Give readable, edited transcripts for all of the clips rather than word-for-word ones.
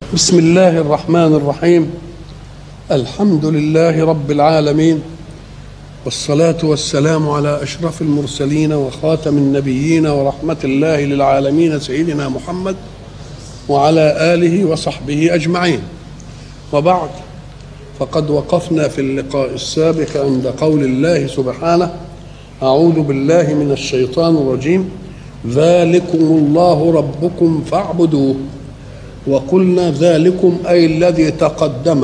بسم الله الرحمن الرحيم. الحمد لله رب العالمين، والصلاة والسلام على أشرف المرسلين وخاتم النبيين ورحمة الله للعالمين سيدنا محمد وعلى آله وصحبه أجمعين. وبعد، فقد وقفنا في اللقاء السابق عند قول الله سبحانه: أعوذ بالله من الشيطان الرجيم، ذلكم الله ربكم فاعبدوه. وقلنا ذلكم أي الذي تقدم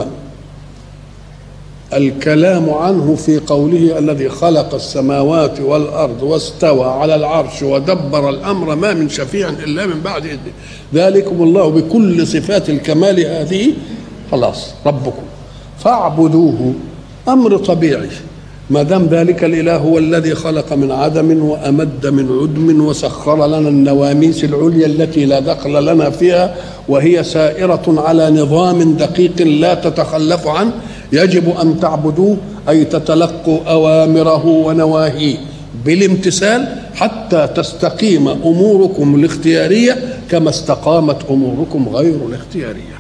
الكلام عنه في قوله: الذي خلق السماوات والأرض واستوى على العرش ودبر الأمر ما من شفيع إلا من بعد إذنه. ذلكم الله بكل صفات الكمال هذه، خلاص ربكم فاعبدوه. أمر طبيعي، ما دام ذلك الإله هو الذي خلق من عدم وأمد من عدم وسخر لنا النواميس العليا التي لا دخل لنا فيها، وهي سائرة على نظام دقيق لا تتخلف عنه. يجب أن تعبدوه، أي تتلقوا أوامره ونواهيه بالامتثال حتى تستقيم أموركم الاختيارية كما استقامت أموركم غير الاختيارية.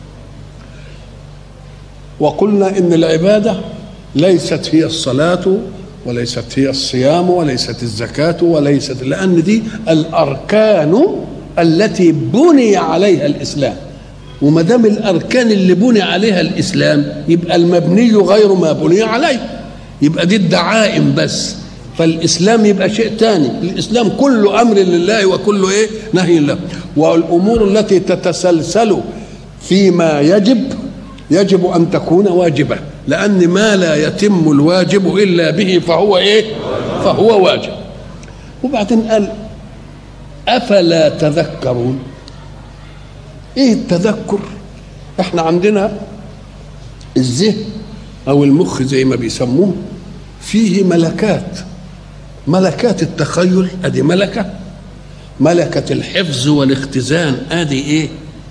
وقلنا إن العبادة ليست هي الصلاة وليست هي الصيام وليست الزكاة وليست، لأن دي الأركان التي بني عليها الإسلام. وما دام الأركان اللي بني عليها الإسلام يبقى المبني غير ما بني عليه، يبقى دي الدعائم بس. فالإسلام يبقى شيء تاني. الإسلام كله أمر لله وكله نهي له. والأمور التي تتسلسل فيما يجب أن تكون واجبة، لأن ما لا يتم الواجب إلا به فهو واجب. وبعدين قال: أفلا تذكرون. إيه التذكر؟ إحنا عندنا الذهن أو المخ زي ما بيسموه فيه ملكات التخيل أدي ملكة الحفظ والاختزان أدي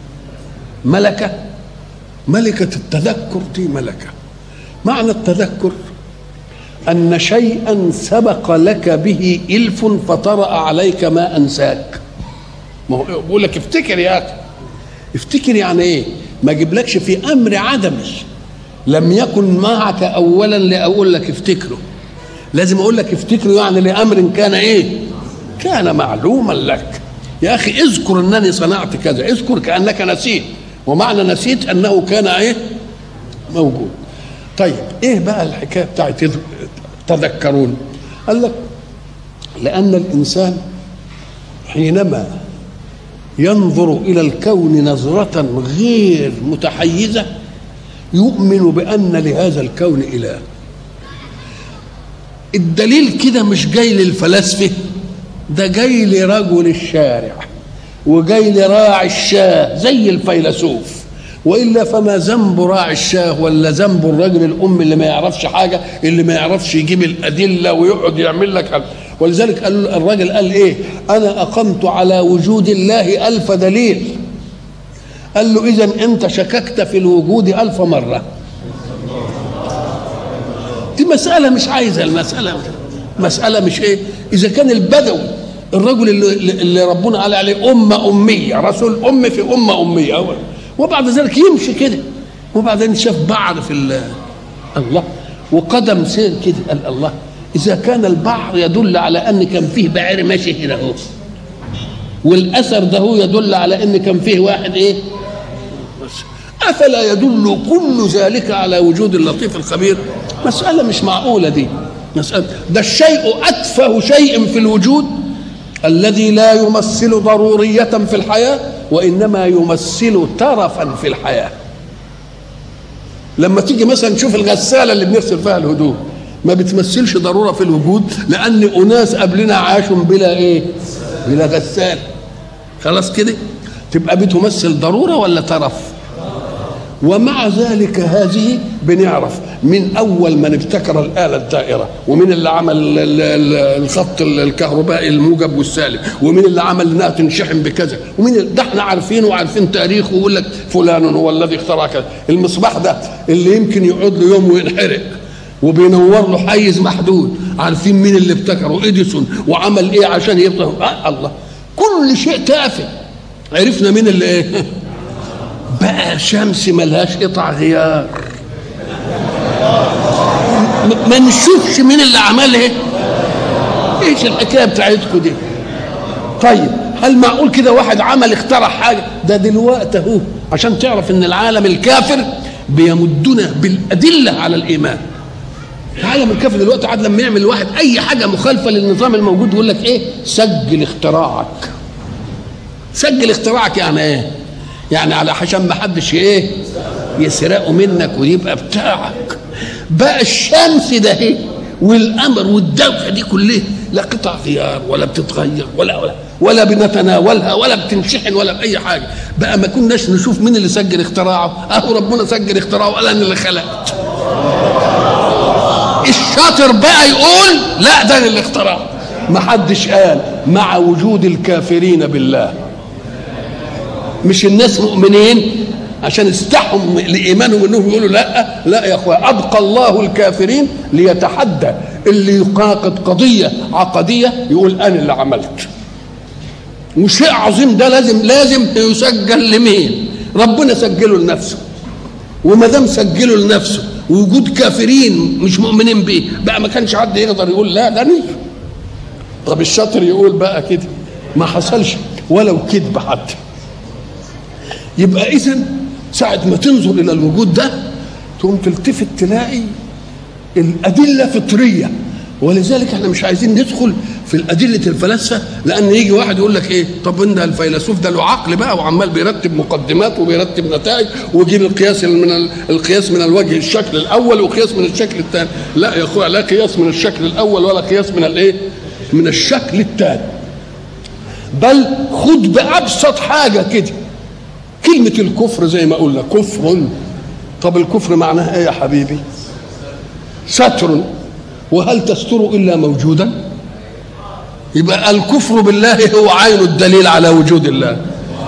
ملكة التذكر دي ملكة. معنى التذكر أن شيئا سبق لك به إلف فطرأ عليك ما أنساك. ما هو بقول لك افتكر يا أخي، افتكر يعني إيه؟ ما أجيبلكش في أمر عدمي لم يكن معك أولا لأقول لك افتكره، لازم أقول لك افتكره يعني لأمر كان معلوما لك. يا أخي اذكر أنني صنعت كذا، اذكر كأنك نسيت، ومعنى نسيت أنه كان موجود. طيب ايه بقى الحكايه بتاعت تذكرون؟ قال لك: لان الانسان حينما ينظر الى الكون نظره غير متحيزه يؤمن بان لهذا الكون اله. الدليل كده مش جاي للفلاسفه، ده جاي لرجل الشارع وجاي لراعي الشاه زي الفيلسوف. وإلا فما ذنب راعي الشاه ولا ذنب الرجل الأم اللي ما يعرفش حاجة، اللي ما يعرفش يجيب الأدلة ويقعد يعمل لك. ولذلك الرجل قال إيه؟ أنا أقمت على وجود الله 1000 دليل. قال له: إذن أنت شككت في الوجود 1000 مرة. دي مسألة مش عايزة، مسألة مش إذا كان البدوي الرجل اللي ربنا قال عليه أمية، رسول في أمية أول، وبعد ذلك يمشي كده، وبعدين شاف بعر في الله وقدم سير كده. قال: الله، إذا كان البحر يدل على أن كان فيه بعير ماشي هنا اهو، والأثر ده هو يدل على أن كان فيه واحد أفلا يدل كل ذلك على وجود اللطيف الخبير؟ مسألة مش معقولة دي. مسألة ده الشيء أتفه شيء في الوجود الذي لا يمثل ضرورية في الحياة، وإنما يمثل ترفا في الحياة. لما تيجي مثلا تشوف الغسالة اللي بنغسل فيها الهدوم ما بتمثلش ضرورة في الوجود، لأن أناس قبلنا عاشوا بلا غسالة. خلاص كده تبقى بتمثل ضرورة ولا ترف؟ ومع ذلك هذه بنعرف من أول من ابتكر الآلة الدائرة، ومن اللي عمل الخط الكهربائي الموجب والسالب، ومن اللي عمل انها تنشحن بكذا، ومن ده احنا عارفينه وعارفين تاريخه، ويقول لك فلان هو الذي اخترع كذا. المصباح ده اللي يمكن يقعد له يوم وينحرق وبينور له حيز محدود، عارفين مين اللي ابتكره؟ إديسون، وعمل ايه عشان يبقى الله. كل شيء تافه عرفنا مين اللي بقى شمس ملهاش قطع غيار، ما نشوفش مين اللي عملها. ايش الحكايه بتاعتكم دي؟ طيب هل معقول كده واحد عمل اخترع حاجه؟ ده دلوقتي اهو عشان تعرف ان العالم الكافر بيمدنا بالادله على الايمان. العالم الكافر دلوقتي عاد لما يعمل واحد اي حاجه مخالفه للنظام الموجود يقول لك ايه؟ سجل اختراعك. سجل اختراعك يعني ايه؟ يعني عشان ما حدش ايه يسرقه منك ويبقى بتاعك. بقى الشمس ده ايه والقمر والدوشه دي كلها لا قطع غيار ولا بتتغير ولا بنتناولها ولا بتنشحن ولا باي حاجه. بقى ما كناش نشوف مين اللي سجل اختراعه، اهو ربنا سجل اختراعه وقال انا اللي خلقت. الشاطر بقى يقول لا ده اللي اخترعه. ما حدش قال مع وجود الكافرين بالله. مش الناس مؤمنين عشان استحوا لايمانهم انهم يقولوا لا يا اخويا، ابقى الله الكافرين ليتحدى اللي يناقض قضيه عقديه يقول انا اللي عملت. وشيء عظيم ده لازم يسجل لمين؟ ربنا سجله لنفسه. وما دام سجله لنفسه ووجود كافرين مش مؤمنين بيه بقى ما كانش حد يقدر يقول لا ده نية. طب الشاطر يقول بقى كده ما حصلش ولو كذب حتى. يبقى اذا ساعة ما تنظر الى الوجود ده تقوم تلتفت تلاقي الادله فطريه. ولذلك احنا مش عايزين ندخل في الادله الفلاسفه، لان يجي واحد يقول لك ايه طب ان الفيلسوف ده له عقل بقى وعمال بيرتب مقدمات وبيرتب نتائج ويجيب القياس من الوجه الشكل الاول وقياس من الشكل الثاني. لا يا اخويا، لا قياس من الشكل الاول ولا قياس من الايه من الشكل الثاني. بل خد بابسط حاجه كده كلمه الكفر زي ما قلنا كفر. طب الكفر معناها ايه يا حبيبي؟ ستر. وهل تستر الا موجودا؟ يبقى الكفر بالله هو عين الدليل على وجود الله.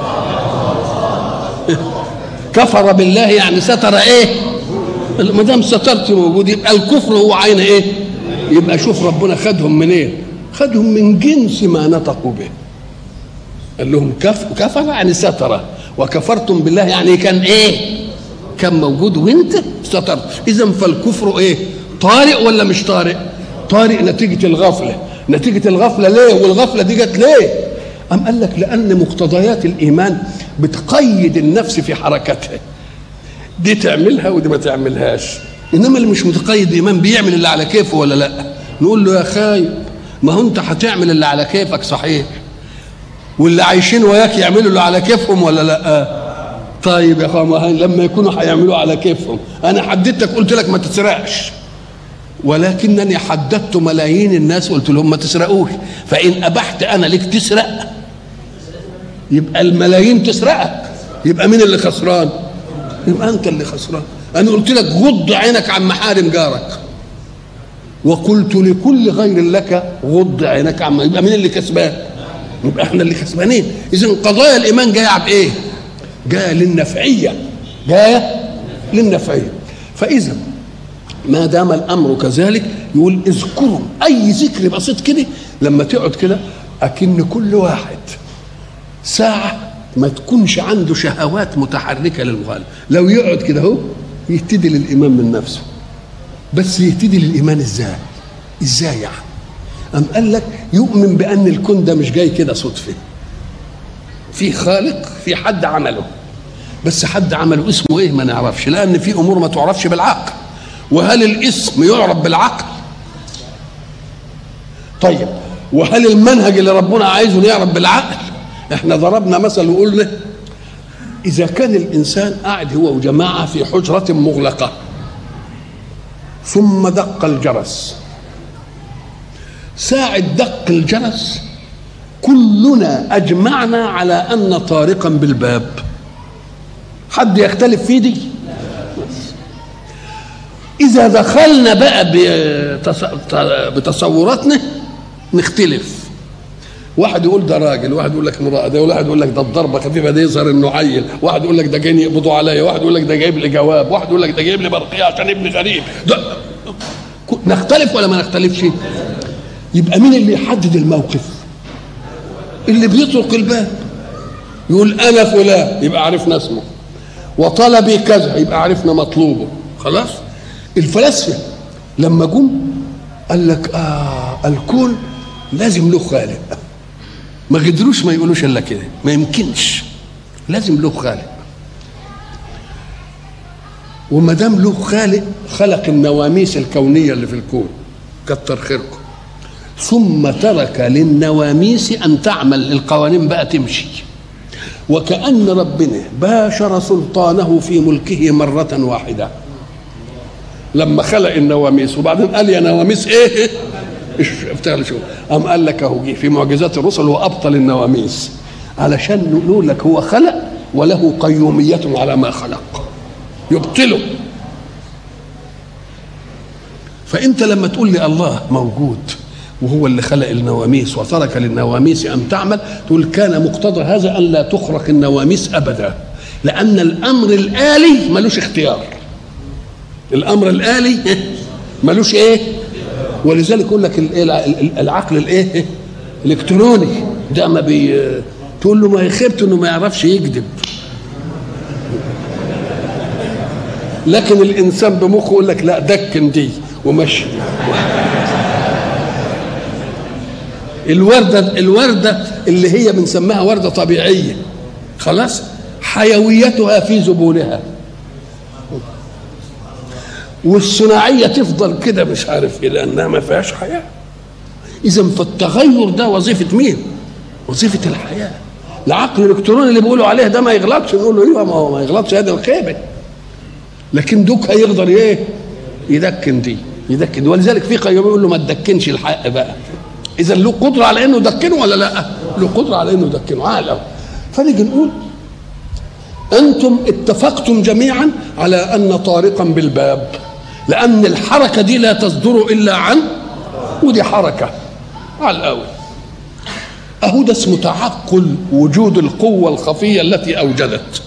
كفر بالله يعني ستر ايه؟ ما دام سترت موجود يبقى الكفر هو عين ايه؟ يبقى شوف ربنا خدهم من ايه؟ خدهم من جنس ما نطقوا به. قال لهم كفر يعني ستر، وكفرتم بالله يعني كان ايه؟ كان موجود وانت سترت. اذا فالكفر ايه؟ طارئ ولا مش طارئ؟ طارئ نتيجه الغفله. نتيجه الغفله ليه؟ والغفله دي جت ليه؟ أم قال لك لان مقتضيات الايمان بتقيد النفس في حركتها، دي تعملها ودي ما تعملهاش. انما اللي مش متقيد ايمان بيعمل اللي على كيفه ولا لا؟ نقول له يا خايب ما هو انت هتعمل اللي على كيفك صحيح، واللي عايشين وياك يعملوا اللي على كيفهم ولا لا؟ طيب يا اخوان لما يكونوا هيعملوا على كيفهم، انا حددتك قلت لك ما تسرقش، ولكنني حددت ملايين الناس قلت لهم ما تسرقوش، فان ابحت انا لك تسرق يبقى الملايين تسرقك، يبقى مين اللي خسران؟ يبقى انت اللي خسران. انا قلت لك غض عينك عن محارم جارك، وقلت لكل غير لك غض عينك عن، يبقى مين اللي كسبان؟ يبقى احنا اللي كسبانين. اذا قضايا الايمان جايه بايه؟ جايه للنفعيه، جايه للنفعيه. فاذا ما دام الامر كذلك يقول اذكروا اي ذكر بسيط كده لما تقعد كده اكن كل واحد ساعه ما تكونش عنده شهوات متحركه للمخالف، لو يقعد كده اهو يهتدي للايمان من نفسه. بس يهتدي للايمان ازاي يعني؟ أم قال لك يؤمن بأن الكون ده مش جاي كده صدفة، في خالق، في حد عمله، بس حد عمله اسمه ايه ما نعرفش، لأن في أمور ما تعرفش بالعقل. وهل الاسم يعرف بالعقل؟ طيب وهل المنهج اللي ربنا عايزه يعرف بالعقل؟ احنا ضربنا مثل وقلنا إذا كان الإنسان قاعد هو وجماعة في حجرة مغلقة ثم دق الجرس، ساعة دق الجرس كلنا أجمعنا على أن طارقا بالباب، حد يختلف في دي؟ إذا دخلنا بقى بتصوراتنا نختلف، واحد يقول ده راجل، واحد يقول لك امرأة، ده واحد يقول لك ده الضربة خفيفة ده يظهر إنه عيل، واحد يقول لك ده جايين يقبضوا عليا، واحد يقول لك ده جايب لي جواب، واحد يقول لك ده جايب لي برقية عشان ابن غريب. نختلف ولا ما نختلفش؟ يبقى مين اللي يحدد الموقف؟ اللي بيطرق الباب يقول انا فلان، يبقى عرفنا اسمه. وطلبي كذا، يبقى عرفنا مطلوبه خلاص. الفلاسفه لما جم قال لك الكون لازم له خالق، ما قدروش ما يقولوش الا كده، ما يمكنش، لازم له خالق. وما دام له خالق خلق النواميس الكونيه اللي في الكون، كتر خيركم، ثم ترك للنواميس ان تعمل، القوانين بقى تمشي. وكأن ربنا باشر سلطانه في ملكه مرة واحدة لما خلق النواميس، وبعدين قال يا نواميس ايه افتغل شو، قام قال لك اهو جه في معجزات الرسل وابطل النواميس، علشان نقول لك هو خلق وله قيومية على ما خلق، يبطله. فانت لما تقول لي الله موجود وهو اللي خلق النواميس وترك للنواميس ان تعمل، تقول كان مقتضى هذا ان لا تخرق النواميس ابدا، لان الامر الالي ملوش اختيار، الامر الالي ملوش ايه. ولذلك يقول لك العقل الايه الالكتروني ده ما تقول له ما يخيبته انه ما يعرفش يكذب، لكن الانسان بمخه يقول لك لا دكن دي ومشي. الوردة اللي هي بنسميها وردة طبيعية خلاص، حيويتها في زبونها، والصناعية تفضل كده مش عارف ايه لأنها ما فيهاش حياة. إذا فالتغير ده وظيفة مين؟ وظيفة الحياة. العقل الإلكتروني اللي بيقولوا عليه ده ما يغلطش، نقول له ايوه ما هو ما يغلطش، هذا الخيبة، لكن دوك هيقدر ايه؟ يدكن دي يدكن دي. ولذلك في قيوم يقول له ما تدكنش الحق بقى. إذا له قدرة على إنه يدكنه ولا لا؟ له قدرة على إنه يدكنه على الأول. فنيجي نقول أنتم اتفقتم جميعا على أن طارقا بالباب، لأن الحركة دي لا تصدر إلا عن، ودي حركة على الأول. أهو ده اسمه تعقل وجود القوة الخفية التي أوجدت.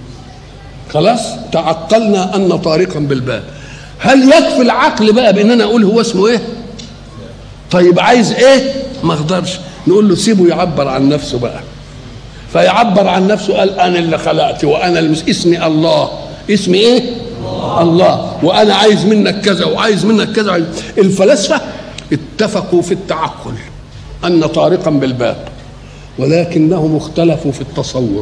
خلاص تعقلنا أن طارقا بالباب. هل يكفي العقل بقى بأن أنا أقول هو اسمه إيه؟ طيب عايز إيه؟ ما أقدرش. نقول له سيبه يعبر عن نفسه بقى. فيعبر عن نفسه قال أنا اللي خلقت وأنا اسمي الله. اسمي إيه؟ الله. وأنا عايز منك كذا وعايز منك كذا. الفلاسفة اتفقوا في التعقل أن طارقا بالباب، ولكنهم اختلفوا في التصور.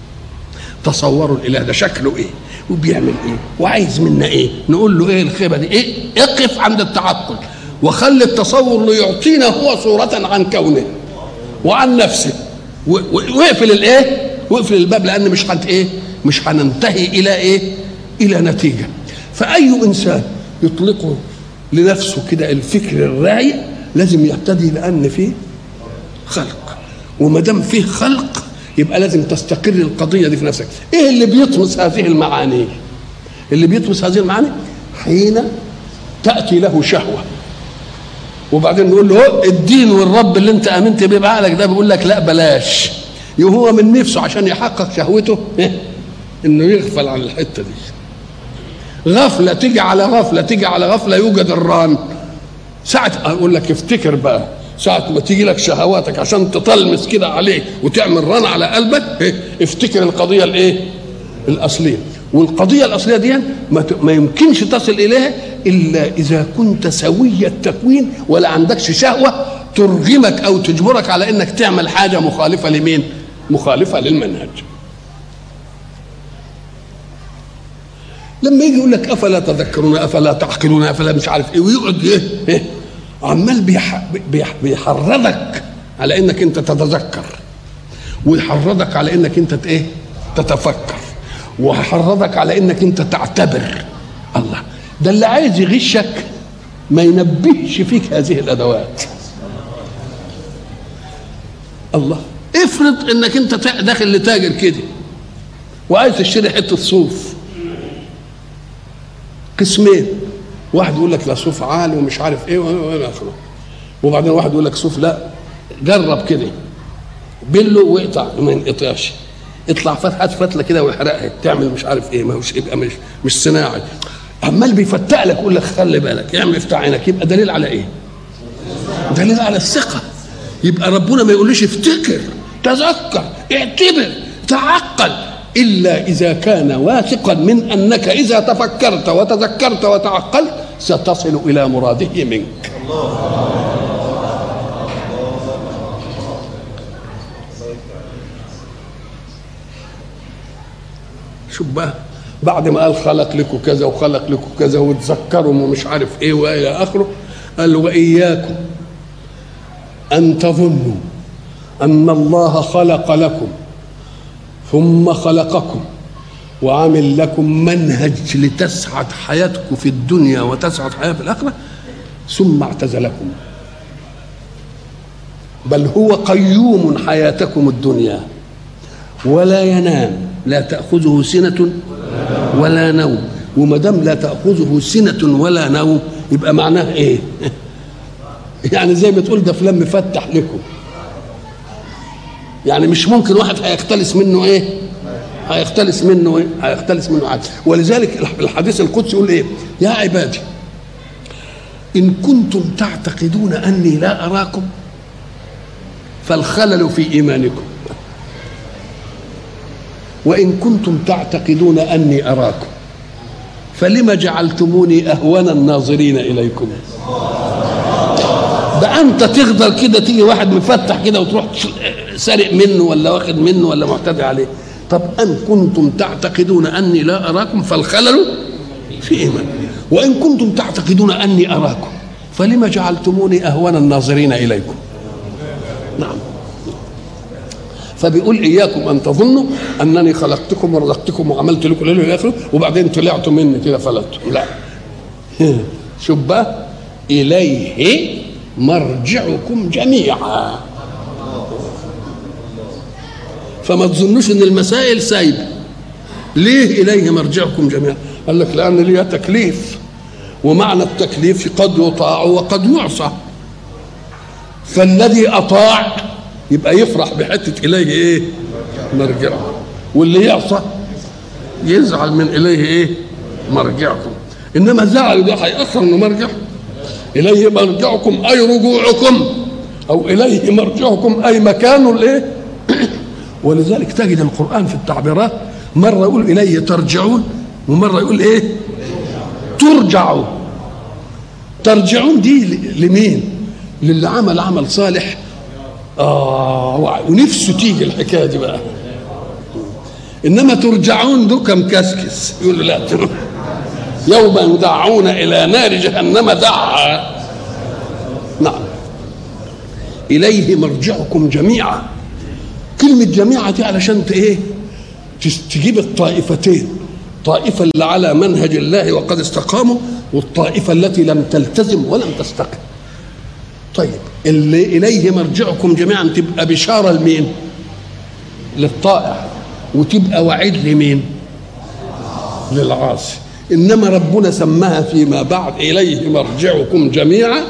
تصوروا الإله ده شكله إيه وبيعمل إيه وعايز منا إيه. نقول له إيه الخيبة دي؟ إيه؟ اقف عند التعقل وخلي التصور ليعطينا هو صورة عن كونه وعن نفسه، واقفل الإيه؟ واقفل الباب، لأن مش هنت إيه؟ مش هننتهي إلى إيه؟ إلى نتيجة. فأي إنسان يطلقه لنفسه كده الفكر الرايق لازم يهتدي لأن فيه خلق، وما دام فيه خلق يبقى لازم تستقر القضية دي في نفسك. ايه اللي بيطمس هذه المعاني؟ اللي بيطمس هذه المعاني حين تأتي له شهوة، وبعدين نقول له الدين والرب اللي انت امنت بيه بعقلك ده بيقول لك لا بلاش، هو من نفسه عشان يحقق شهوته انه يغفل عن الحتة دي. غفلة تيجي على غفلة تيجي على غفلة يوجد الران. ساعة اقول لك افتكر بقى، ساعة ما تيجي لك شهواتك عشان تطلمس كده عليه وتعمل رن على قلبك، افتكر القضية الايه؟ الأصلية. والقضية الأصلية دي ما يمكنش تصل إليها إلا إذا كنت سوي التكوين ولا عندكش شهوة ترغمك أو تجبرك على إنك تعمل حاجة مخالفة لمين؟ مخالفة للمنهج. لما يجي يقول لك أفلا تذكرون أفلا تعقلون أفلا مش عارف إيه، ويقعد إيه؟ عمال بيحرضك على انك انت تتذكر، ويحرضك على انك انت ايه؟ تتفكر، ويحرضك على انك انت تعتبر. الله ده اللي عايز يغشك ما ينبهش فيك هذه الادوات. الله افرض انك انت داخل لتاجر كده وعايز تشتري حته صوف، قسمين، واحد يقول لك لا صوف عالي ومش عارف ايه والى اخره، وبعدين واحد يقول لك صوف لا جرب كده بله واقطع ما ينقطعش، اطلع هات فتله كده واحرقها تعمل مش عارف ايه، ما هوش يبقى مش صناعي. عمال بيفتق لك يقول لك خلي بالك اعمل افتح عينك، يبقى دليل على ايه؟ دليل على الثقه. يبقى ربنا ما يقولش افتكر تذكر اعتبر تعقل، إلا إذا كان واثقا من أنك إذا تفكرت وتذكرت وتعقلت ستصل إلى مراده منك. شوف بقى، بعد ما قال خلق لكم كذا وخلق لكم كذا وتذكروا ومش عارف ايه والى اخره، قال واياكم ان تظنوا ان الله خلق لكم ثم خلقكم وعمل لكم منهج لتسعد حياتكم في الدنيا وتسعد حياتكم في الاخره ثم اعتزلكم، بل هو قيوم حياتكم الدنيا ولا ينام، لا تأخذه سنة ولا نوم. وما دام لا تأخذه سنة ولا نوم يبقى معناه ايه؟ يعني زي ما تقول ده فلان مفتح لكم، يعني مش ممكن واحد هيختلس منه ايه؟ هيختلس منه عدل. ولذلك الحديث القدسي يقول ايه؟ يا عبادي إن كنتم تعتقدون أني لا أراكم فالخلل في إيمانكم، وإن كنتم تعتقدون أني أراكم فلما جعلتموني أهون الناظرين إليكم. ده أنت تقدر كده تيجي واحد مفتح كده وتروح سارق منه ولا واخد منه ولا معتدي عليه. طب أن كنتم تعتقدون أني لا أراكم فالخلل في إيمان، وإن كنتم تعتقدون أني أراكم فلما جعلتموني أهون الناظرين إليكم. نعم. فبيقول إياكم أن تظنوا أنني خلقتكم ورزقتكم وعملت لكم ليل إلى آخره وبعدين طلعتوا مني كده فلتوا، لا. شوف بقى، إليه مرجعكم جميعا. فما تظنوش ان المسائل سايبه. ليه اليه مرجعكم جميعا؟ قال لك لان ليها تكليف، ومعنى التكليف قد يطاع وقد يعصى، فالذي اطاع يبقى يفرح بحته اليه ايه؟ مرجعه، واللي يعصى يزعل من اليه ايه؟ مرجعكم. انما الزعل ده هيأخر انه مرجع. اليه مرجعكم اي رجوعكم، او اليه مرجعكم اي مكان الايه؟ ولذلك تجد القرآن في التعبيرات مرة يقول إليه ترجعون ومرة يقول إيه؟ ترجعوا. ترجعون دي لمين؟ للي عمل صالح ونفسه تيجي الحكاية دي بقى. إنما ترجعون دو كم كسكس، يقول لا يوم يدعون إلى نار جهنم دعا. نعم. إليه مرجعكم جميعا. كلمة جميعة دي علشان ايه؟ تجيب الطائفتين، طائفة اللي على منهج الله وقد استقاموا، والطائفة التي لم تلتزم ولم تستقم. طيب اللي إليه مرجعكم جميعا تبقى بشارة لمين؟ للطائع، وتبقى وعيد لمين؟ للعاصي. إنما ربنا سماها فيما بعد إليه مرجعكم جميعا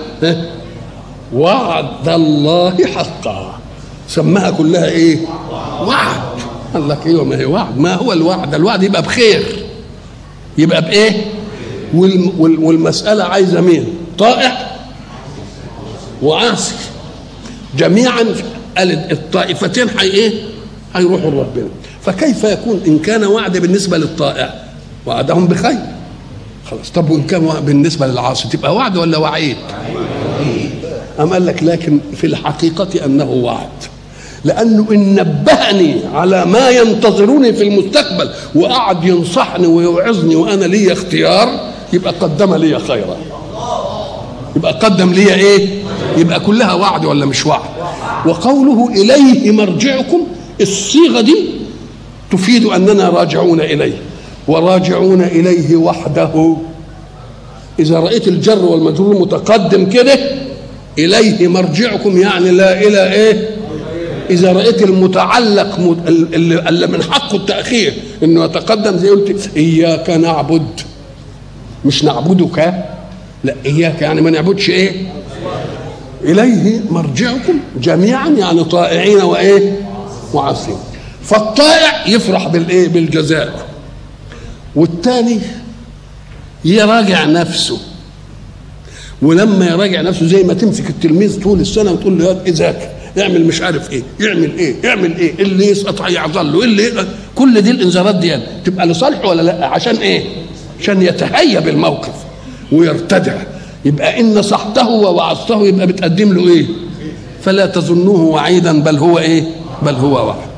وعد الله حقا، سماها كلها ايه؟ وعد. قال لك ايوه، ما هي وعد. ما هو الوعد؟ الوعد يبقى بخير، يبقى بايه؟ والمساله عايزه مين؟ طائع وعاصي جميعا. الطائفتين ايه؟ هيروحوا لربنا. فكيف يكون ان كان وعد بالنسبه للطائع؟ وعدهم بخير خلاص. طب وان كان بالنسبه للعاصي تبقى وعد ولا وعيد؟ أم قال لك لكن في الحقيقة أنه وعد، لأنه إن نبهني على ما ينتظروني في المستقبل وقعد ينصحني ويوعظني وأنا لي اختيار، يبقى قدم لي خيرا، يبقى قدم لي إيه؟ يبقى كلها وعد ولا مش وعد؟ وقوله إليه مرجعكم، الصيغة دي تفيد أننا راجعون إليه، وراجعون إليه وحده. إذا رأيت الجر والمجرور متقدم كده إليه مرجعكم يعني لا إلى إيه؟ إذا رأيت المتعلق اللي من حقه التأخير إنه يتقدم، زي قلت إياك نعبد، مش نعبدك، لا إياك يعني ما نعبدش إيه؟ إليه مرجعكم جميعا يعني طائعين وإيه؟ وعاصين. فالطائع يفرح بالإيه؟ بالجزاء، والثاني يراجع نفسه. ولما يراجع نفسه زي ما تمسك التلميذ طول السنه وتقول له يا ذاكر، اعمل مش عارف ايه، يعمل ايه، اللي يسقط هيعضل له، اللي كل دي الانذارات دي تبقى لصالحه ولا لا؟ عشان ايه؟ عشان يتهيب الموقف ويرتدع. يبقى ان نصحته ووعظته يبقى بتقدم له ايه؟ فلا تظنوه وعيدا بل هو ايه؟ بل هو وعد.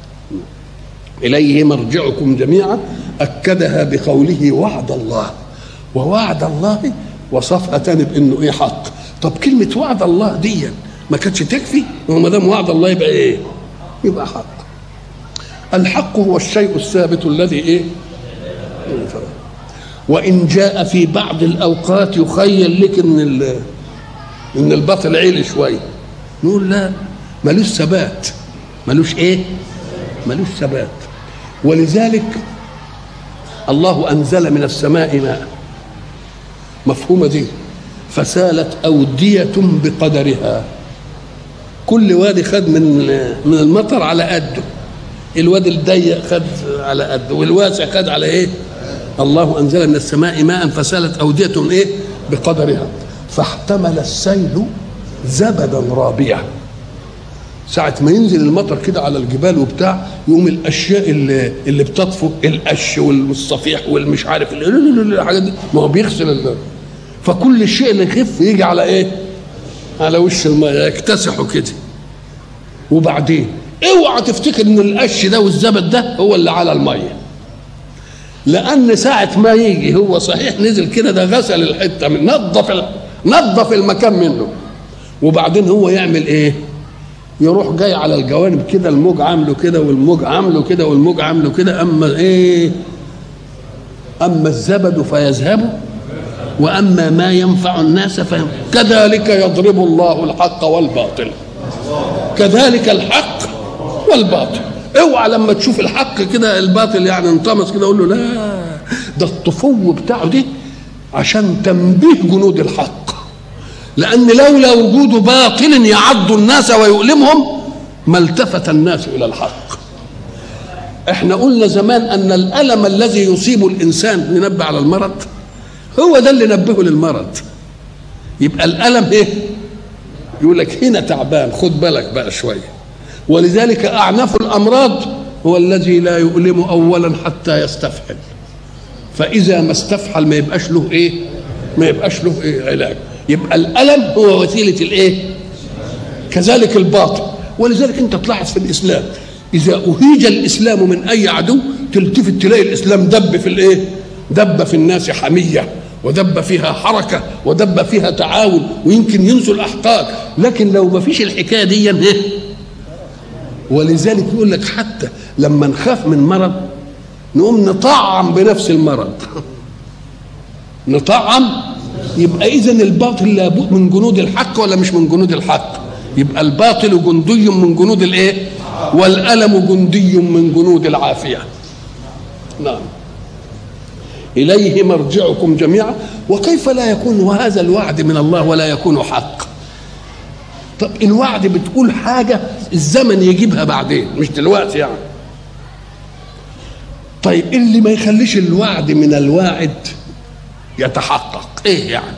اليه مرجعكم جميعا اكدها بقوله وعد الله. ووعد الله وصفها تاني بانه ايه؟ حق. طب كلمه وعد الله دي ما كانتش تكفي؟ وما دام وعد الله يبقى ايه؟ يبقى حق. الحق هو الشيء الثابت الذي ايه؟ وان جاء في بعض الاوقات يخيل لك ان الباطل عيل شويه، نقول لا، ملوش ثبات. ملوش ايه؟ ملوش ثبات. ولذلك الله انزل من السماء ماء، مفهومه دي، فسالت اوديه بقدرها. كل وادي خد من المطر على قده، الوادي الضيق خد على قده، والواسع خد على ايه؟ الله انزل من السماء ماء فسالت اوديه ايه؟ بقدرها فاحتمل السيل زبدا رابيا. ساعة ما ينزل المطر كده على الجبال وبتاع، يقوم الاشياء اللي بتطفو، القش والصفيح والمش عارف الحاجات دي، ما هو بيغسل فكل الشيء اللي يخف يجي على ايه؟ على وش الماء يكتسحوا كده. وبعدين اوعى تفتكر ان القش ده والزبد ده هو اللي على الميه، لان ساعه ما يجي هو صحيح نزل كده، ده غسل الحته من نظف المكان منه، وبعدين هو يعمل ايه؟ يروح جاي على الجوانب كده، الموج عامله كده والموج عامله كده والموج عامله كده. اما ايه؟ اما الزبد فيذهب واما ما ينفع الناس كذلك يضرب الله الحق والباطل. كذلك الحق والباطل. اوعى لما تشوف الحق كده الباطل يعني انطمس كده، اقول له لا، ده الطفو بتاعه دي عشان تنبيه جنود الحق، لان لولا وجود باطل يعض الناس ويؤلمهم ما التفت الناس الى الحق. احنا قلنا زمان ان الالم الذي يصيب الانسان ننبه على المرض، هو ده اللي نبهه للمرض. يبقى الالم ايه؟ يقول لك هنا تعبان، خد بالك بقى شويه. ولذلك اعنف الامراض هو الذي لا يؤلم اولا حتى يستفحل، فاذا ما استفحل ما يبقاش له ايه؟ ما يبقاش له ايه؟ علاج. يبقى الالم هو وسيله الايه؟ كذلك الباطل. ولذلك انت تلاحظ في الاسلام اذا اهيج الاسلام من اي عدو تلتفت تلاقي الاسلام دب في الايه؟ دب في الناس حميه، ودب فيها حركه، ودب فيها تعاون، ويمكن ينسوا الاحقاد. لكن لو ما فيش الحكايه دي ايه؟ ولذلك يقول لك حتى لما نخاف من مرض نقوم نطعم بنفس المرض. نطعم. يبقى اذا الباطل لابد من جنود الحق ولا مش من جنود الحق؟ يبقى الباطل جندي من جنود الايه؟ والألم جندي من جنود العافيه. نعم. إليه مرجعكم جميعا. وكيف لا يكون هذا الوعد من الله ولا يكون حق؟ طب الوعد بتقول حاجة الزمن يجيبها بعدين مش دلوقتي يعني. طيب اللي ما يخليش الوعد من الواعد يتحقق ايه يعني؟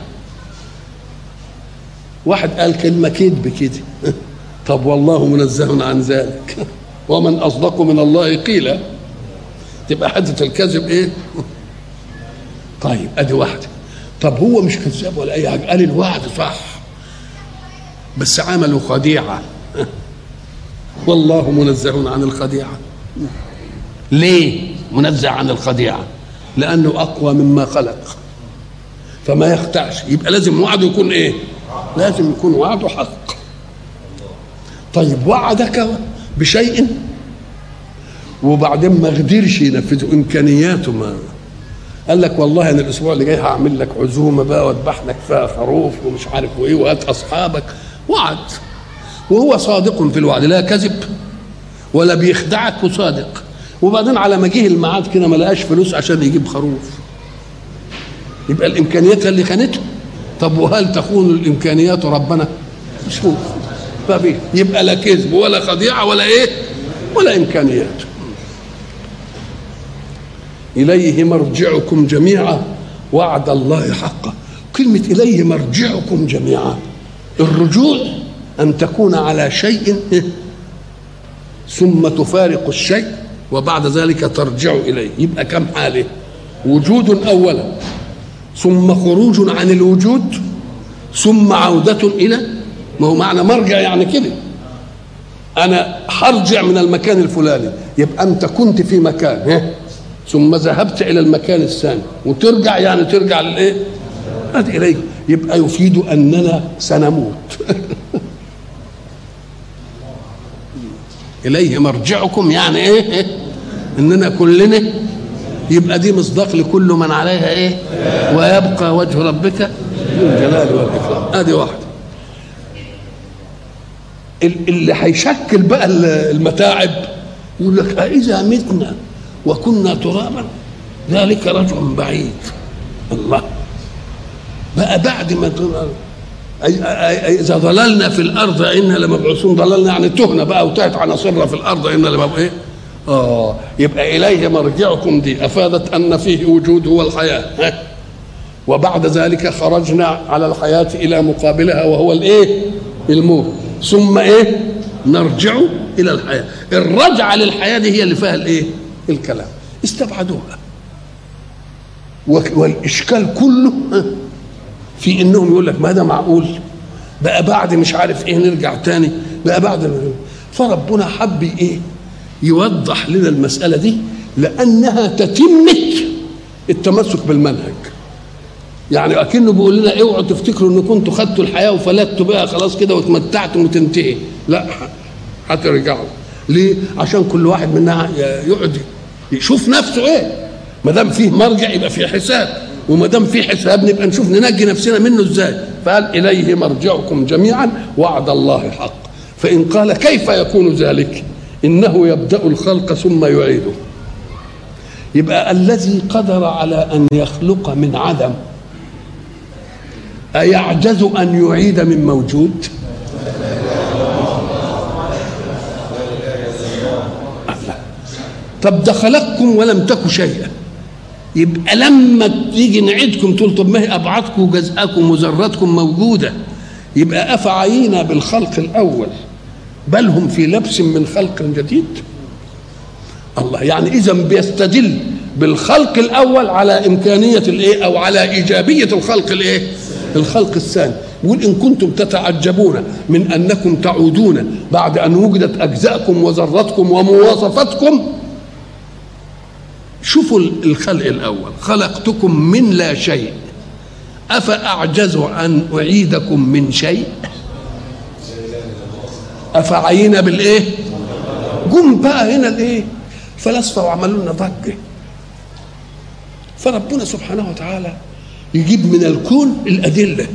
واحد قال كلمة كذب كده، طب والله منزه عن ذلك، ومن أصدق من الله قيلا. تبقى حدة الكذب ايه؟ طيب ادي واحده. طب هو مش كذاب ولا اي حاجه، قال الوعد صح بس عملوا خديعه. والله منزه عن الخديعه. ليه منزه عن الخديعه؟ لانه اقوى مما خلق فما يخدعش. يبقى لازم وعده يكون ايه؟ لازم يكون وعده حق. طيب وعدك بشيء وبعدين ما قدرش ينفذه، امكانياته ما قال لك والله انا الاسبوع اللي جاي هعمل لك عزومه بقى واذبح لك فيها خروف ومش عارف وايه وهات اصحابك. وعد وهو صادق في الوعد، لا كذب ولا بيخدعك وصادق. وبعدين على ما جه الميعاد كده ما لقاش فلوس عشان يجيب خروف، يبقى الامكانيات اللي خانته. طب وهل تخون الامكانيات ربنا؟ مش ممكن. فبيه يبقى لا كذب ولا خديعه ولا ايه؟ ولا امكانيات. إليه مرجعكم جميعا وعد الله حقا. كلمة إليه مرجعكم جميعا، الرجوع أن تكون على شيء ثم تفارق الشيء وبعد ذلك ترجع إليه. يبقى كم حالة؟ وجود أولا، ثم خروج عن الوجود، ثم عودة إلى، ما هو معنى مرجع يعني كده، أنا هرجع من المكان الفلاني، يبقى أنت كنت في مكان ثم ذهبت إلى المكان الثاني، وترجع يعني ترجع للإيه؟ إليه. يبقى يفيد أننا سنموت. إليه مرجعكم يعني إيه؟ إننا كلنا. يبقى دي مصداق لكل من عليها إيه؟ ويبقى وجه ربك ذو الجلال والإكرام. هذه واحدة. اللي هيشكل بقى المتاعب يقول لك أإذا متنا وكنا ترابا ذلك رجع بعيد. الله بقى بعد ما إذا ضللنا في الأرض إنا لمبعوثون، ضللنا يعني تهنا بقى وتهت عناصرنا في الأرض إنا لمبعوثون إيه؟ يبقى إليه مرجعكم دي أفادت أن فيه وجود هو الحياة، وبعد ذلك خرجنا على الحياة إلى مقابلها وهو الإيه؟ الموت، ثم إيه؟ نرجع إلى الحياة. الرجعة للحياة دي هي اللي فيها الإيه؟ الكلام. استبعدوها، والإشكال كله في إنهم يقول لك ما ده معقول بقى بعد مش عارف إيه نرجع تاني بقى بعد. فربنا حب إيه؟ يوضح لنا المسألة دي لأنها تتمة التمسك بالمنهج. يعني أكنه بيقول لنا اوعوا تفتكروا إن كنتوا خدتوا الحياة وفلتوا بها خلاص كده وتمتعتوا وتنتهي، لا، هترجعوا. ليه؟ عشان كل واحد منا يقعد يشوف نفسه إيه. ما دام فيه مرجع يبقى فيه حساب، وما دام فيه حساب نبقى نشوف ننجي نفسنا منه إزاي. فقال إليه مرجعكم جميعا وعد الله حق. فإن قال كيف يكون ذلك؟ إنه يبدأ الخلق ثم يعيده. يبقى الذي قدر على أن يخلق من عدم أيعجز أن يعيد من موجود؟ طب ده خلقكم ولم تكن شيئا، يبقى لما تيجي نعيدكم تقول طب ما هي أبعادكم وجزءكم وذراتكم موجودة، يبقى أفعينا بالخلق الأول بل هم في لبس من خلق جديد. الله يعني إذا بيستدل بالخلق الأول على إمكانية الإيه أو على إيجابية الخلق الإيه؟ الخلق الثاني. يقول إن كنتم تتعجبون من أنكم تعودون بعد أن وجدت أجزاءكم وذراتكم ومواصفاتكم، شوفوا الخلق الأول، خلقتكم من لا شيء أفأعجز أن أعيدكم من شيء؟ أفعينا بالإيه؟ جم بقى هنا الإيه؟ فلاسفة وعملوا لنا ضجة. فربنا سبحانه وتعالى يجيب من الكون الأدلة.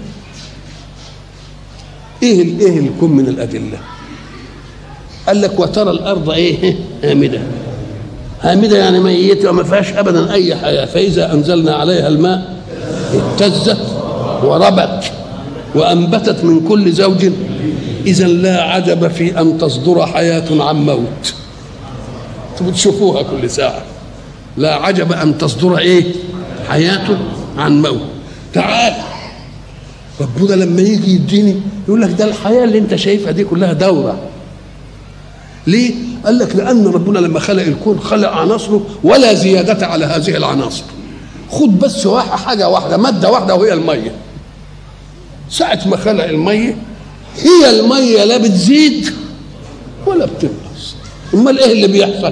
إيه الكون من الأدلة؟ قال لك وترى الأرض إيه؟ هامدة. هامدة يعني ميتة وما فيهاش أبدا أي حياة، فإذا أنزلنا عليها الماء اهتزت وربت وأنبتت من كل زوج. إذا لا عجب في أن تصدر حياة عن موت. بتشوفوها كل ساعة. لا عجب أن تصدر إيه؟ حياة عن موت. تعال ربنا لما يجي يديني يقول لك ده الحياة اللي انت شايفها دي كلها دورة. ليه؟ قال لك لأن ربنا لما خلق الكون خلق عناصره ولا زيادة على هذه العناصر. خد بس حاجة واحدة، مادة واحدة، وهي المية. ساعة ما خلق المية هي المية لا بتزيد ولا بتنقص. امال ايه اللي بيحصل؟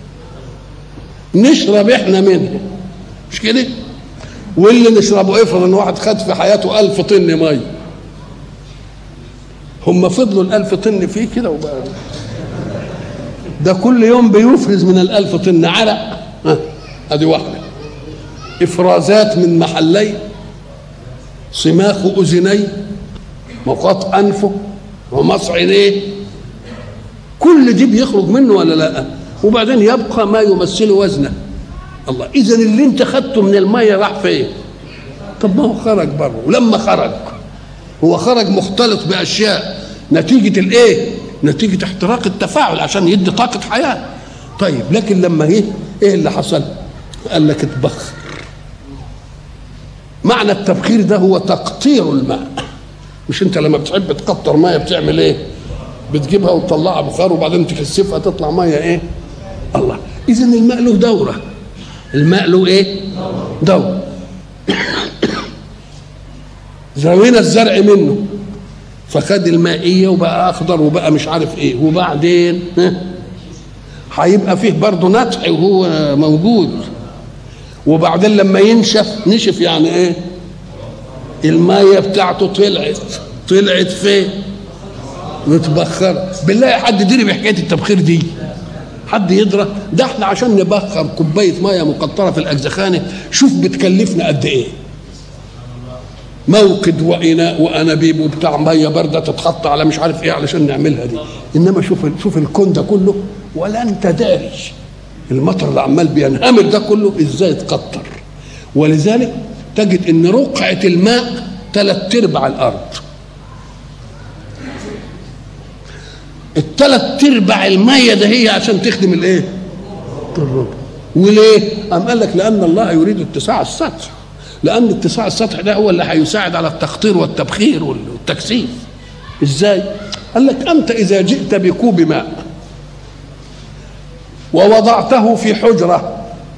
نشرب احنا منها مش كده؟ واللي نشربه افرض ان واحد خد في حياته 1000 طن ميه، هم فضلوا ال1000 طن فيه كده وبقى ده كل يوم بيفرز من ال1000 طن عرق. ادي واحده. افرازات من محلي، صماخ اذني، مقاط انفه، ومص عينيه، كل دي بيخرج منه ولا لا؟ وبعدين يبقى ما يمثل وزنه. الله، اذا اللي انت خدته من الميه راح فين؟ طب ما هو خرج بره، ولما خرج هو خرج مختلط باشياء نتيجه الايه؟ نتيجه احتراق التفاعل عشان يدي طاقه حياه. طيب لكن لما ايه اللي حصل؟ قال لك اتبخر. معنى التبخير ده هو تقطير الماء. مش انت لما بتحب تقطر ميه بتعمل ايه؟ بتجيبها وتطلعها بخار وبعدين تكثفها تطلع ميه ايه؟ الله، إذن الماء له دورة، الماء له إيه؟ دورة. زوينا الزرع منه فخد المائية وبقى أخضر وبقى مش عارف إيه، وبعدين هيبقى فيه برضه نتح وهو موجود، وبعدين لما نشف يعني إيه؟ المية بتاعته طلعت فين؟ متبخرة. بالله حد يدري بحكاية التبخير دي؟ حد يدرى؟ ده احنا عشان نبخر كوباية مية مقطرة في الأجزخانة شوف بتكلفنا قد إيه؟ موقد وإناء وأنابيب وبتاع مية باردة تتحط على مش عارف إيه علشان نعملها دي. إنما شوف الكون ده كله ولا أنت داري المطر اللي عمال بينهمر ده كله إزاي اتقطر. ولذلك تجد إن رقعة الماء 3/4 الأرض، 3/4 المية ده هي عشان تخدم الإيه؟ الربع. وليه؟ قام قال لك لأن الله يريد اتساع السطح، لأن اتساع السطح ده هو اللي هيساعد على التقطير والتبخير والتكثيف. إزاي؟ قال لك أنت إذا جئت بكوب ماء ووضعته في حجرة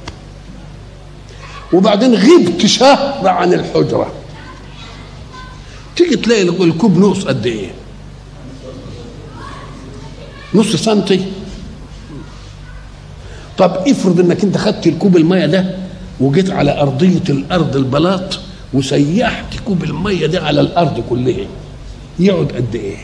وبعدين غبت شهر عن الحجرة، تيجي تلاقي الكوب نقص قد إيه؟ نص سنتي. طب افرض انك انت خدت الكوب المية ده وجيت على أرضية الأرض البلاط وسيحت كوب المية ده على الأرض كلها، يقعد قد إيه؟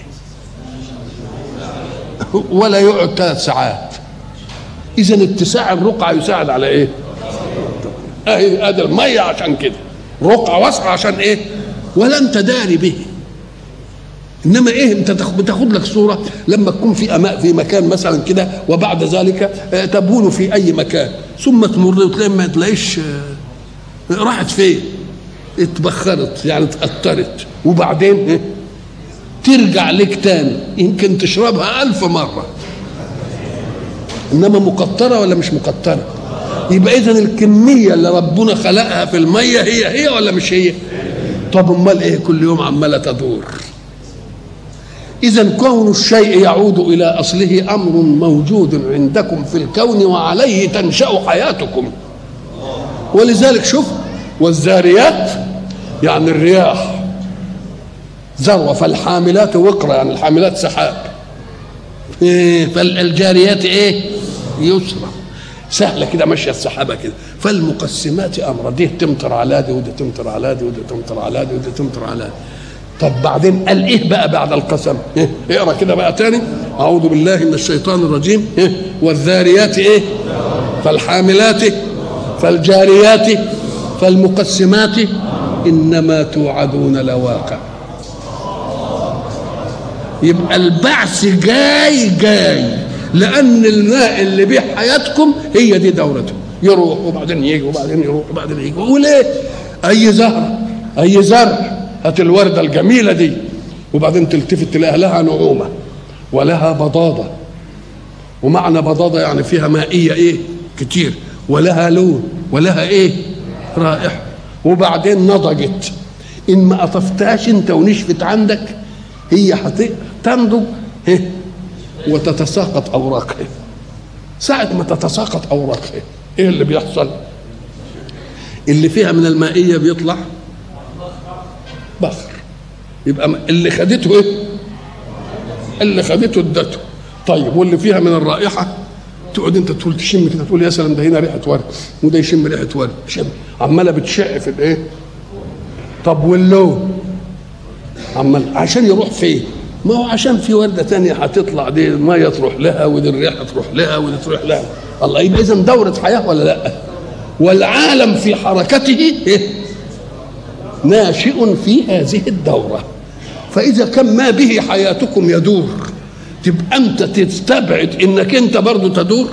ولا يقعد 3 ساعات. إذن اتساع الرقعة يساعد على إيه؟ أهي هذا المية عشان كده رقعة واسعة عشان إيه؟ ولا أنت داري به. انما ايه، انت بتاخد لك صوره لما تكون في مكان مثلا كده وبعد ذلك تبول في اي مكان ثم تمر وتلاقي ما تلاقيش راحت فين، اتبخرت يعني اتقطرت، وبعدين ترجع لك تاني يمكن تشربها 1000 مره. انما مقطره ولا مش مقطره؟ يبقى اذا الكميه اللي ربنا خلقها في الميه هي ولا مش هي؟ طب امال ايه كل يوم عماله تدور؟ إذا كون الشيء يعود إلى أصله أمر موجود عندكم في الكون وعليه تنشأ حياتكم. ولذلك شوف والذاريات يعني الرياح ذروة، فالحاملات وقرا يعني الحاملات سحاب، فالجاريات إيه؟ يسرى، سهلة كده ماشية السحابة كده. فالمقسمات أمرا، دي تمطر على دي ودي تمطر على دي ودي تمطر على دي ودي تمطر على دي. طب بعدين قال ايه بقى بعد القسم؟ اقرا كده بقى تاني. اعوذ بالله من الشيطان الرجيم. والذاريات ايه؟ فالحاملات فالجاريات فالمقسمات انما توعدون لواقع. يبقى البعث جاي لان الماء اللي بيه حياتكم هي دي دورته، يروح وبعدين يجي وبعدين يروح وبعدين يجي. وليه؟ اي زهره اي زرع، هات الوردة الجميلة دي وبعدين تلتفت تلاقي لها نعومة ولها بضاضة، ومعنى بضاضة يعني فيها مائية ايه كتير، ولها لون ولها ايه رائحة، وبعدين نضجت. ان ما قطفتهاش انت ونشفت عندك هي هتنضج وتتساقط اوراقها. ساعة ما تتساقط اوراقها ايه اللي بيحصل؟ اللي فيها من المائية بيطلع بخر، يبقى اللي خدته ايه؟ اللي خدته ادته. طيب واللي فيها من الرائحه تقعد انت تقول تشم كده تقول يا سلام ده هنا ريحه ورد وده يشم ريحه ورد، شم عماله بتشع في الايه؟ طب واللون عمال عشان يروح فين؟ ما هو عشان في ورده ثانيه هتطلع دي الميه تروح لها ودي الريحه تروح لها ودي تروح لها. الله، يبقى اذا دوره حياه ولا لا؟ والعالم في حركته إيه؟ ناشئ في هذه الدورة. فإذا كان ما به حياتكم يدور تبقى أنت تستبعد إنك أنت برضو تدور؟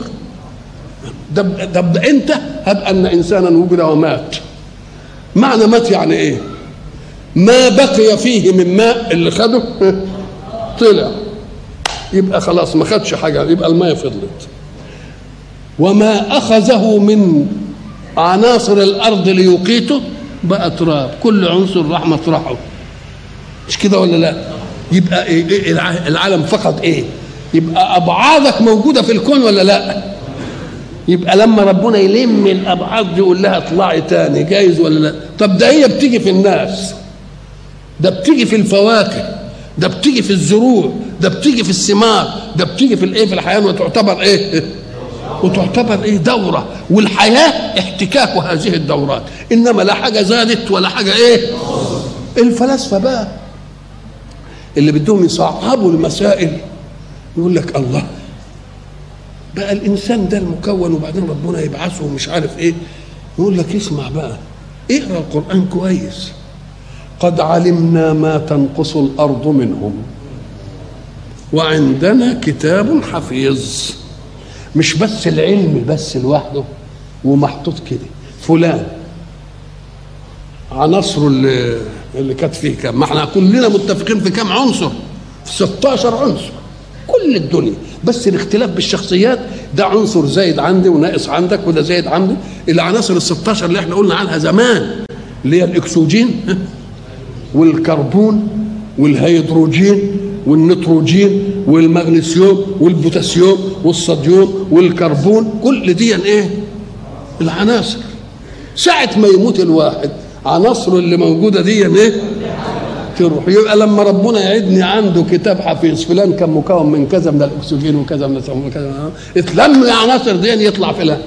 دب أنت هب أن إنسانا وجد ومات. معنى مات يعني إيه؟ ما بقي فيه من ماء اللي خده طلع، يبقى خلاص ما خدش حاجة، يبقى الماء فضلت. وما أخذه من عناصر الأرض ليقيته بقى تراب، كل عنصر راح مطرحه، مش كده ولا لا؟ يبقى إيه العالم فقط ايه؟ يبقى ابعادك موجوده في الكون ولا لا؟ يبقى لما ربنا يلم الابعاد دي يقول لها اطلعي تاني، جايز ولا لا؟ طب ده هي بتيجي في الناس، ده بتيجي في الفواكه، ده بتيجي في الزروع، ده بتيجي في الثمار، ده بتيجي في الايه، في الحياه، وتعتبر ايه؟ وتعتبر ايه؟ دوره. والحياه احتكاك هذه الدورات، انما لا حاجه زادت ولا حاجه ايه. الفلاسفه بقى اللي بدهم يصعبوا المسائل يقول لك الله بقى الانسان ده المكون وبعدين ربنا يبعثه ومش عارف ايه. يقول لك اسمع بقى، اقرا القران كويس. قد علمنا ما تنقص الارض منهم وعندنا كتاب حفيظ. مش بس العلم بس لوحده ومحطوط كده، فلان عناصره اللي كانت فيه كام؟ ما احنا كلنا متفقين في كام عنصر؟ في 16 عنصر كل الدنيا، بس الاختلاف بالشخصيات، ده عنصر زايد عندي وناقص عندك وده زايد عندي. العناصر ال 16 اللي احنا قلنا عنها زمان اللي هي الاكسجين والكربون والهيدروجين والنيتروجين والمغنيسيوم والبوتاسيوم والصوديوم والكربون، كل دي ايه؟ العناصر. ساعة ما يموت الواحد عناصره اللي موجودة دي ايه؟ تروح. يبقى لما ربنا يعدني عنده كتاب حفيظ فلان كان مكون من كذا من الاكسجين وكذا من كذا، اتلم العناصر دي يطلع فلان،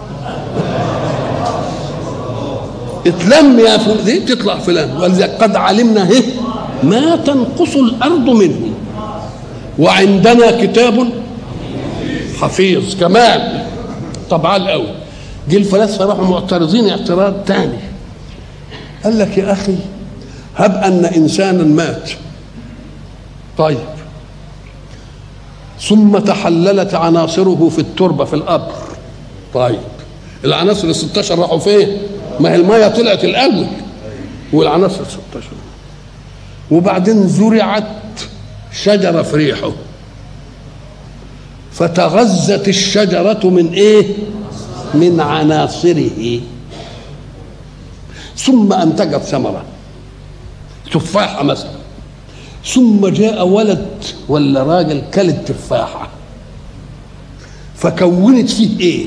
اتلم يا دي تطلع فلان. ولذلك قد علمنا ايه ما تنقص الارض منه وعندنا كتاب حفيظ كمان. طبعا قوي جه الفلاسفه راحوا معترضين اعتراض تاني، قال لك يا اخي هب ان انسانا مات، طيب ثم تحللت عناصره في التربه في القبر، طيب العناصر ال 16 راحوا فين؟ ما هي الميه طلعت الاول والعناصر 16، وبعدين زرعت شجره في ريحه فتغذت الشجره من ايه؟ من عناصره، ثم انتجت ثمره تفاحه مثلا، ثم جاء ولد ولا راجل كل التفاحه فكونت فيه ايه؟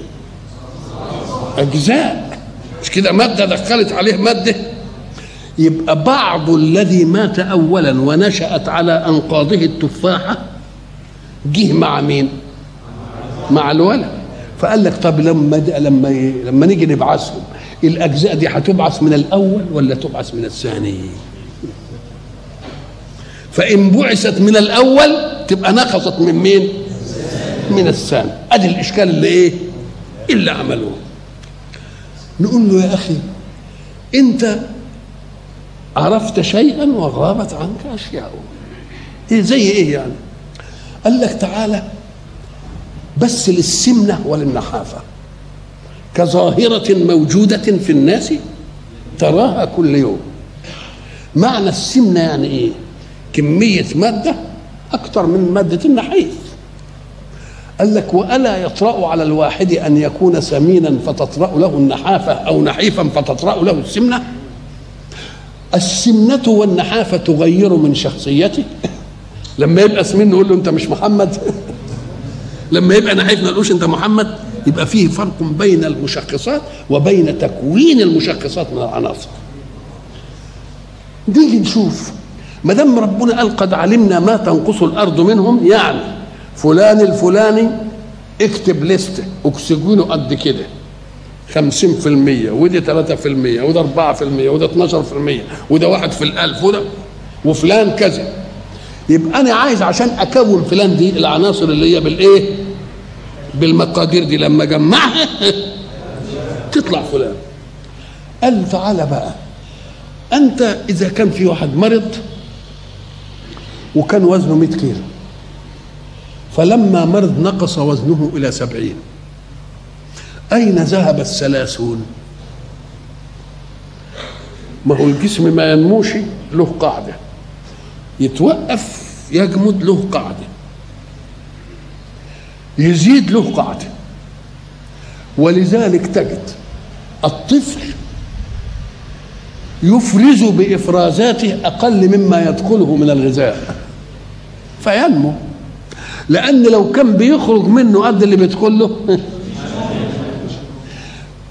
اجزاء، مش كده؟ ماده دخلت عليه ماده. يبقى بعض الذي مات اولا ونشأت على انقاضه التفاحه جه مع مين؟ مع الولد. فقال لك طب لما نيجي نبعثهم الاجزاء دي هتبعث من الاول ولا تبعث من الثاني؟ فان بعثت من الاول تبقى نقصت من مين؟ من الثاني. ادي الاشكال اللي ايه؟ اللي عملوه. نقول له يا اخي انت عرفت شيئا وغابت عنك اشياء. ايه زي ايه يعني؟ قال لك تعالى بس للسمنه وللنحافه كظاهره موجوده في الناس تراها كل يوم. معنى السمنه يعني ايه؟ كميه ماده اكثر من ماده النحيف. قال لك والا يطرا على الواحد ان يكون سمينا فتطرا له النحافه او نحيفا فتطرا له السمنه؟ السمنه والنحافه تغير من شخصيته. لما يبقى سمين نقول له انت مش محمد، لما يبقى نحيف ما نقولوش انت محمد. يبقى فيه فرق بين المشخصات وبين تكوين المشخصات من العناصر. نيجي نشوف ما دام ربنا قال قد علمنا ما تنقص الارض منهم، يعني فلان الفلاني اكتب لسته اكسجينه قد كده 50%، ودي 3%، وده 4%، وده 12%، وده 1 في الألف، وده وفلان كذا. يبقى أنا عايز عشان أكون فلان دي العناصر اللي هي بالإيه؟ بالمقادير دي، لما أجمعها تطلع فلان. قال تعالى بقى أنت إذا كان في واحد مرض وكان وزنه 100 كيلو، فلما مرض نقص وزنه إلى 70، أين ذهب 30؟ ما هو الجسم ما ينموش، له قاعدة، يتوقف يجمد له قاعدة، يزيد له قاعدة. ولذلك تجد الطفل يفرز بإفرازاته أقل مما يدخله من الغذاء فينمو، لأن لو كان بيخرج منه قد اللي بيدخله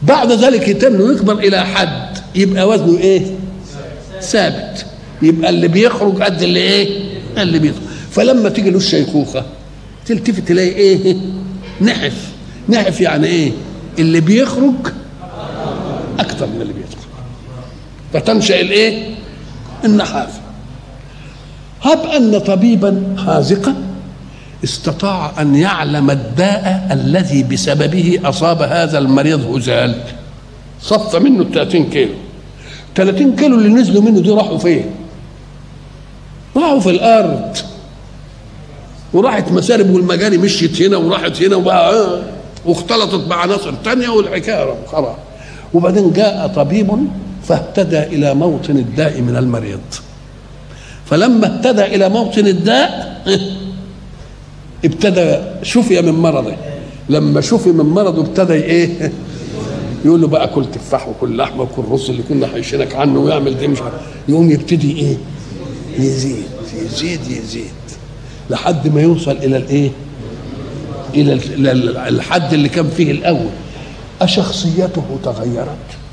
بعد ذلك يتم ويكبر الى حد يبقى وزنه ايه؟ ثابت. يبقى اللي بيخرج قد اللي ايه؟ اللي بيخرج. فلما تيجي له الشيخوخه تلتفت تلاقي ايه؟ نحف. نحف يعني ايه؟ اللي بيخرج اكثر من اللي بيدخل، فتنشأ الايه؟ النحافه. هب ان طبيبا حاذقا استطاع ان يعلم الداء الذي بسببه اصاب هذا المريض هزال، صف منه 30 كيلو. 30 كيلو اللي نزلوا منه دي راحوا فين؟ راحوا في الارض، وراحت مسارب والمجاري مشيت هنا وراحت هنا وبقى واختلطت بعناصر ثانيه والحكايه خلاص. وبعدين جاء طبيب فاهتدى الى موطن الداء من المريض. فلما اهتدى الى موطن الداء ابتدى شفي من مرضه. لما شفي من مرضه ابتدى ايه؟ يقول له بقى كل تفاح وكل لحمه وكل رز اللي كنا حيشينك عنه ويعمل دي مش عارف. يقوم يبتدي ايه؟ يزيد يزيد يزيد لحد ما يوصل الى الايه؟ الى الحد اللي كان فيه الاول. أشخصيته تغيرت؟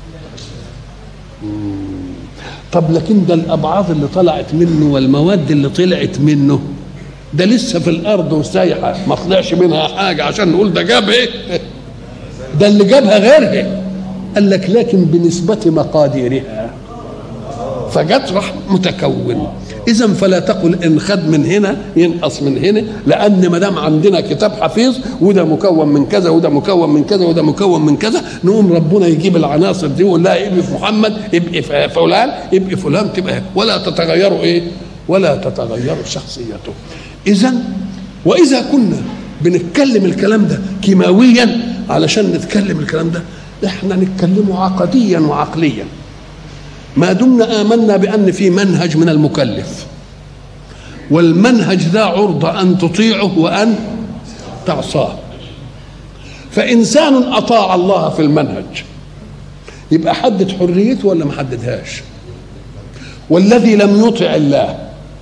طب لكن ده الأبعاض اللي طلعت منه والمواد اللي طلعت منه ده لسه في الأرض وسايحة ما طلعش منها حاجة عشان نقول ده جاب إيه؟ ده اللي جابها غيرها. قال لك لكن بنسبة مقاديرها فجت راح متكون. إذا فلا تقل إن خد من هنا ينقص من هنا، لأن ما دام عندنا كتاب حفيظ وده مكون من كذا وده مكون من كذا وده مكون من كذا، نقوم ربنا يجيب العناصر دي ويقول لها ابقي في محمد ابقي في فلان ابقي فلان، تبقى ولا تتغيروا إيه؟ ولا تتغير شخصيته. إذا وإذا كنا بنتكلم الكلام ده كيماويا علشان نتكلم الكلام ده، إحنا نتكلمه عقديا وعقليا. ما دمنا آمنا بأن في منهج من المكلف، والمنهج ذا عرضة أن تطيعه وأن تعصاه. فإنسان أطاع الله في المنهج يبقى حدد حريته ولا ما حددهاش؟ والذي لم يطع الله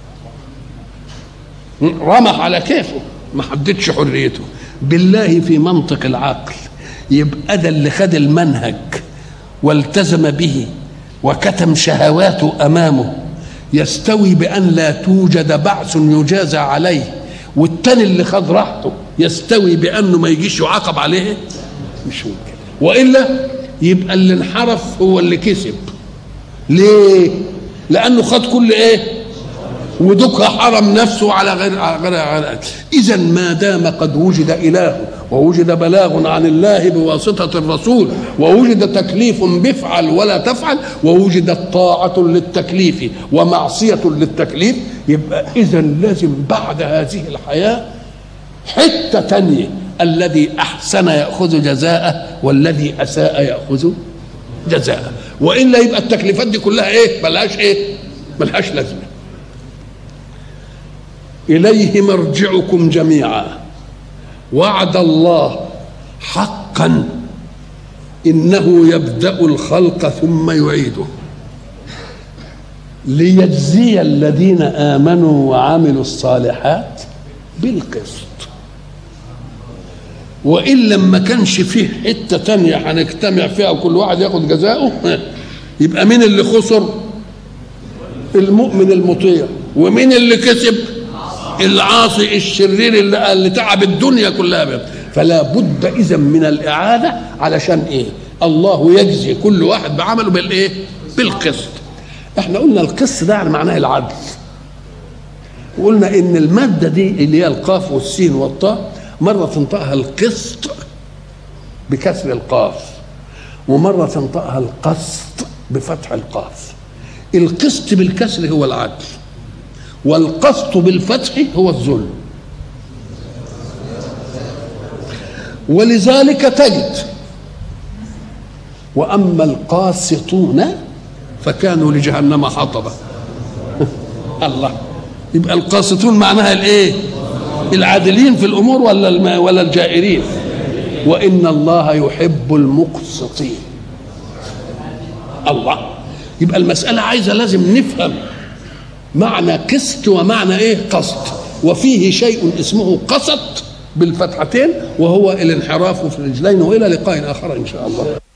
رمح على كيفه ما حددش حريته. بالله في منطق العقل يبقى ده اللي خد المنهج والتزم به وكتم شهواته أمامه يستوي بأن لا توجد بعث يجازى عليه، والتاني اللي خد راحته يستوي بأنه ما يجيش يعاقب عليه؟ مش ممكن. وإلا يبقى اللي انحرف هو اللي كسب. ليه؟ لأنه خد كل إيه؟ ودك حرم نفسه على غير. إذا ما دام قد وجد إله ووجد بلاغ عن الله بواسطة الرسول ووجد تكليف بفعل ولا تفعل ووجدت طاعة للتكليف ومعصية للتكليف، يبقى إذا لازم بعد هذه الحياة حتة تانية، الذي أحسن يأخذ جزاءه والذي أساء يأخذ جزاءه. وإلا يبقى التكليفات دي كلها إيه؟ ملهاش إيه؟ ملهاش لازمة. إليه مرجعكم جميعا وعد الله حقا إنه يبدأ الخلق ثم يعيده ليجزي الذين آمنوا وعملوا الصالحات بالقسط. وإن ما كانش فيه حتة تانية هنجتمع فيها وكل واحد ياخد جزاؤه، يبقى مين اللي خسر؟ المؤمن المطيع. ومين اللي كسب؟ العاصي الشرير اللي تعب الدنيا كلها بيه. فلا بد إذا من الإعادة علشان إيه؟ الله يجزي كل واحد بعمله بالإيه؟ بالقسط. احنا قلنا القسط ده يعني معناه العدل، وقلنا إن المادة دي اللي هي القاف والسين والطاء مرة تنطقها القسط بكسر القاف ومرة تنطقها القسط بفتح القاف. القسط بالكسر هو العدل والقسط بالفتح هو الظلم. ولذلك تجد وأما القاسطون فكانوا لجهنم حطبا. الله، يبقى القاسطون معناها الايه؟ العادلين في الامور ولا الجائرين؟ وان الله يحب المقسطين. الله، يبقى المسألة عايزة لازم نفهم معنى قسط ومعنى ايه قسط. وفيه شيء اسمه قسط بالفتحتين وهو الانحراف في الرجلين. والى لقاء اخر ان شاء الله.